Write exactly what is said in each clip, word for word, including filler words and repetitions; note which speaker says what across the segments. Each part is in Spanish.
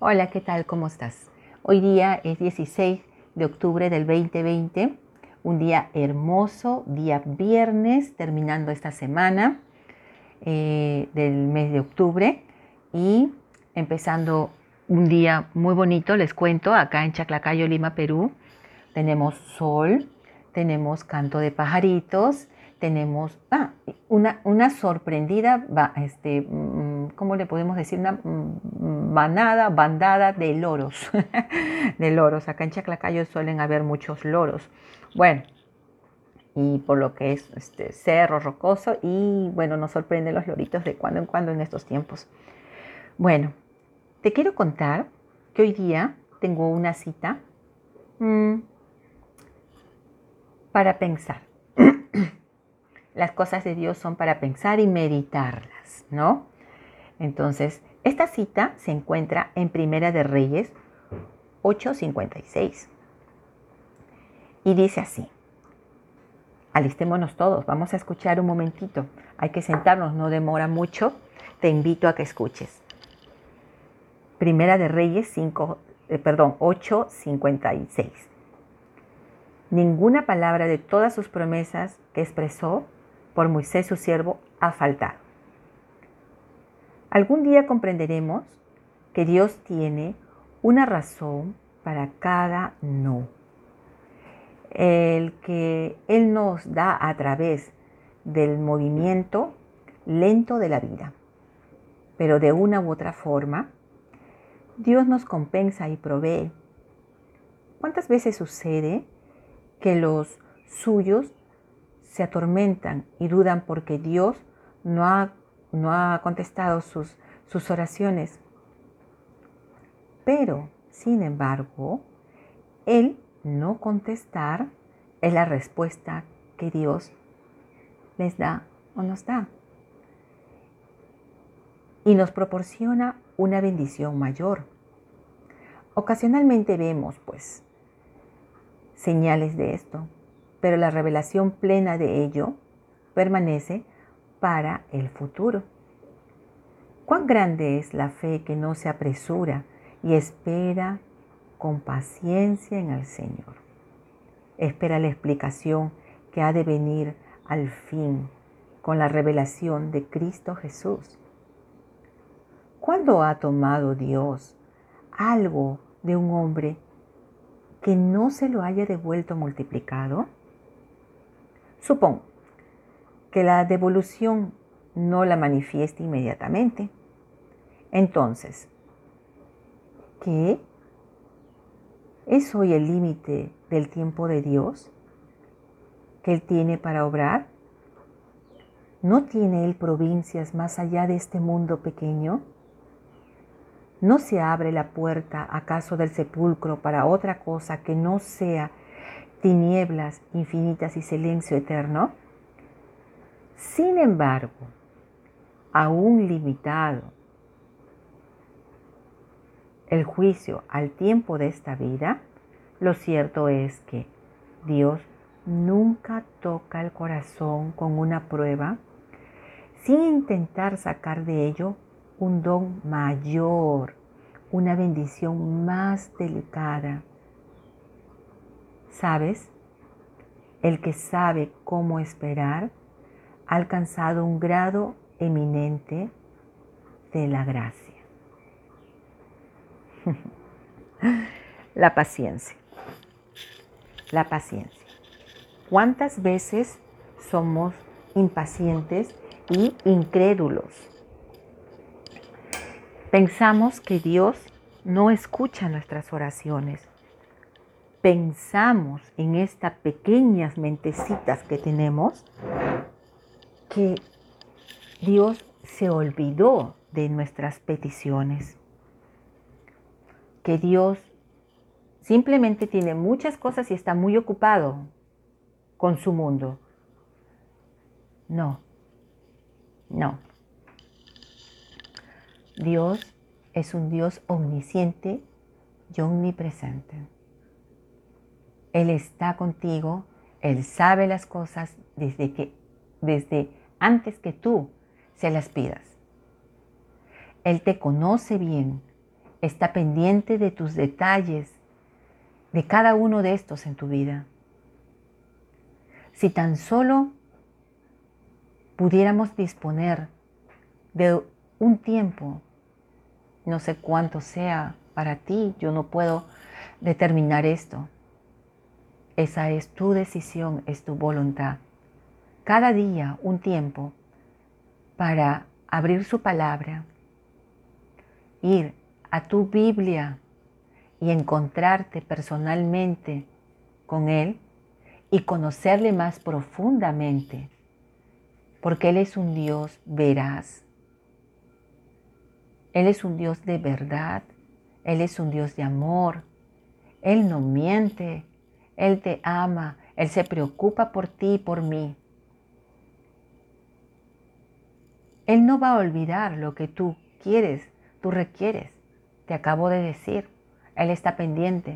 Speaker 1: Hola, ¿qué tal? ¿Cómo estás? Hoy día es dieciséis de octubre del dos mil veinte, un día hermoso, día viernes, terminando esta semana eh, del mes de octubre y empezando un día muy bonito, les cuento, acá en Chaclacayo, Lima, Perú. Tenemos sol, tenemos canto de pajaritos, tenemos ah, una, una sorprendida, este, ¿cómo le podemos decir? Una manada, bandada de loros, de loros. Acá en Chaclacayo suelen haber muchos loros. Bueno, y por lo que es este cerro rocoso y bueno, nos sorprenden los loritos de cuando en cuando en estos tiempos. Bueno, te quiero contar que hoy día tengo una cita mmm, para pensar. Las cosas de Dios son para pensar y meditarlas, ¿no? Entonces, esta cita se encuentra en Primera de Reyes ocho cincuenta y seis. Y dice así: alistémonos todos, vamos a escuchar un momentito. Hay que sentarnos, no demora mucho. Te invito a que escuches. Primera de Reyes cinco, eh, perdón, ocho cincuenta y seis. Ninguna palabra de todas sus promesas que expresó por Moisés su siervo ha faltado. Algún día comprenderemos que Dios tiene una razón para cada no. El que Él nos da a través del movimiento lento de la vida. Pero de una u otra forma, Dios nos compensa y provee. ¿Cuántas veces sucede que los suyos se atormentan y dudan porque Dios no ha, no ha contestado sus, sus oraciones? Pero, sin embargo, el no contestar es la respuesta que Dios les da o nos da. Y nos proporciona una bendición mayor. Ocasionalmente vemos, pues, señales de esto, pero la revelación plena de ello permanece para el futuro. ¿Cuán grande es la fe que no se apresura y espera con paciencia en el Señor? Espera la explicación que ha de venir al fin con la revelación de Cristo Jesús. ¿Cuándo ha tomado Dios algo de un hombre que no se lo haya devuelto multiplicado? Supón que la devolución no la manifieste inmediatamente. Entonces, ¿qué es hoy el límite del tiempo de Dios que Él tiene para obrar? ¿No tiene Él provincias más allá de este mundo pequeño? ¿No se abre la puerta acaso del sepulcro para otra cosa que no sea tinieblas infinitas y silencio eterno? Sin embargo, aún limitado el juicio al tiempo de esta vida, lo cierto es que Dios nunca toca el corazón con una prueba sin intentar sacar de ello un don mayor, una bendición más delicada. ¿Sabes? El que sabe cómo esperar ha alcanzado un grado eminente de la gracia. La paciencia. La paciencia. ¿Cuántas veces somos impacientes y incrédulos? Pensamos que Dios no escucha nuestras oraciones. Pensamos en estas pequeñas mentecitas que tenemos que Dios se olvidó de nuestras peticiones. Que Dios simplemente tiene muchas cosas y está muy ocupado con su mundo. No, no. Dios es un Dios omnisciente y omnipresente. Él está contigo, Él sabe las cosas desde, que, desde antes que tú se las pidas. Él te conoce bien está pendiente de tus detalles, de cada uno de estos en tu vida. Si tan solo pudiéramos disponer de un tiempo, no sé cuánto sea para ti, yo no puedo determinar esto. Esa es tu decisión, es tu voluntad. Cada día un tiempo para abrir su palabra, ir a tu Biblia y encontrarte personalmente con Él y conocerle más profundamente, porque Él es un Dios veraz. Él es un Dios de verdad, Él es un Dios de amor, Él no miente, Él te ama, Él se preocupa por ti y por mí. Él no va a olvidar lo que tú quieres, tú requieres. Te acabo de decir, Él está pendiente.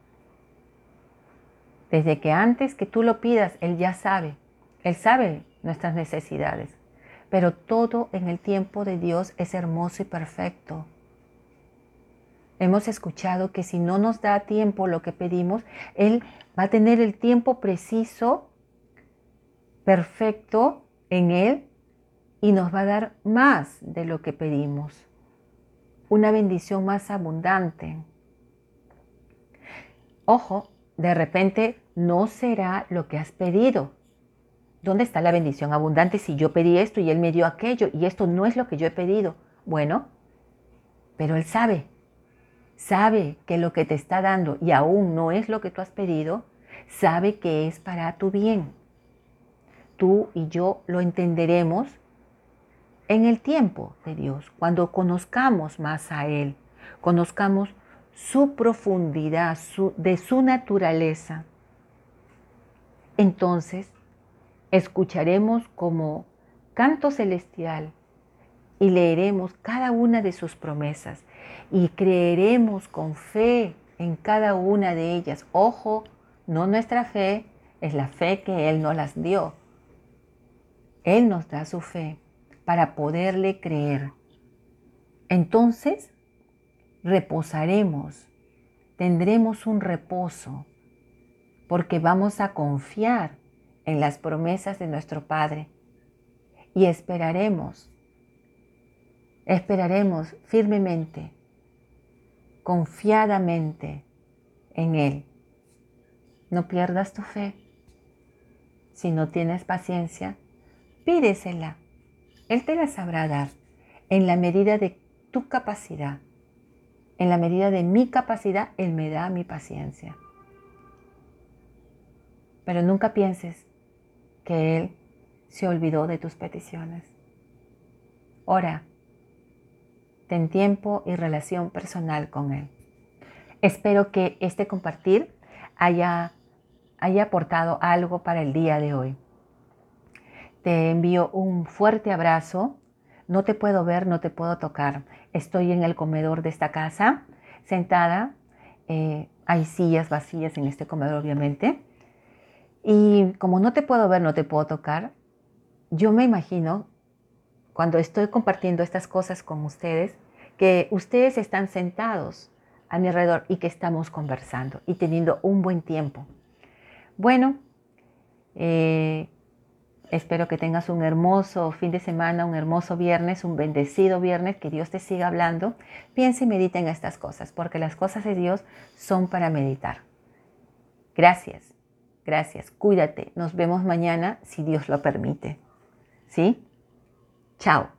Speaker 1: Desde que antes que tú lo pidas, Él ya sabe. Él sabe nuestras necesidades. Pero todo en el tiempo de Dios es hermoso y perfecto. Hemos escuchado que si no nos da tiempo lo que pedimos, Él va a tener el tiempo preciso, perfecto en Él y nos va a dar más de lo que pedimos. Una bendición más abundante. Ojo, de repente no será lo que has pedido. ¿Dónde está la bendición abundante si yo pedí esto y Él me dio aquello y esto no es lo que yo he pedido? Bueno, pero Él sabe. Sabe que lo que te está dando y aún no es lo que tú has pedido, sabe que es para tu bien. Tú y yo lo entenderemos en el tiempo de Dios, cuando conozcamos más a Él, conozcamos su profundidad, su, de su naturaleza. Entonces, escucharemos como canto celestial y leeremos cada una de sus promesas y creeremos con fe en cada una de ellas. Ojo, no nuestra fe, es la fe que Él nos las dio. Él nos da su fe para poderle creer. Entonces, reposaremos, tendremos un reposo, porque vamos a confiar en las promesas de nuestro Padre y esperaremos, esperaremos firmemente, confiadamente en Él. No pierdas tu fe. Si no tienes paciencia, pídesela. Él te la sabrá dar en la medida de tu capacidad. En la medida de mi capacidad, Él me da mi paciencia. Pero nunca pienses que Él se olvidó de tus peticiones. Ora, ten tiempo y relación personal con Él. Espero que este compartir haya, haya aportado algo para el día de hoy. Te envío un fuerte abrazo. No te puedo ver, no te puedo tocar. Estoy en el comedor de esta casa, sentada. Eh, hay sillas vacías en este comedor, obviamente. Y como no te puedo ver, no te puedo tocar, yo me imagino, cuando estoy compartiendo estas cosas con ustedes, que ustedes están sentados a mi alrededor y que estamos conversando y teniendo un buen tiempo. Bueno, eh, espero que tengas un hermoso fin de semana, un hermoso viernes, un bendecido viernes, que Dios te siga hablando. Piensa y medita en estas cosas, porque las cosas de Dios son para meditar. Gracias, gracias, cuídate. Nos vemos mañana si Dios lo permite. ¿Sí? Chao.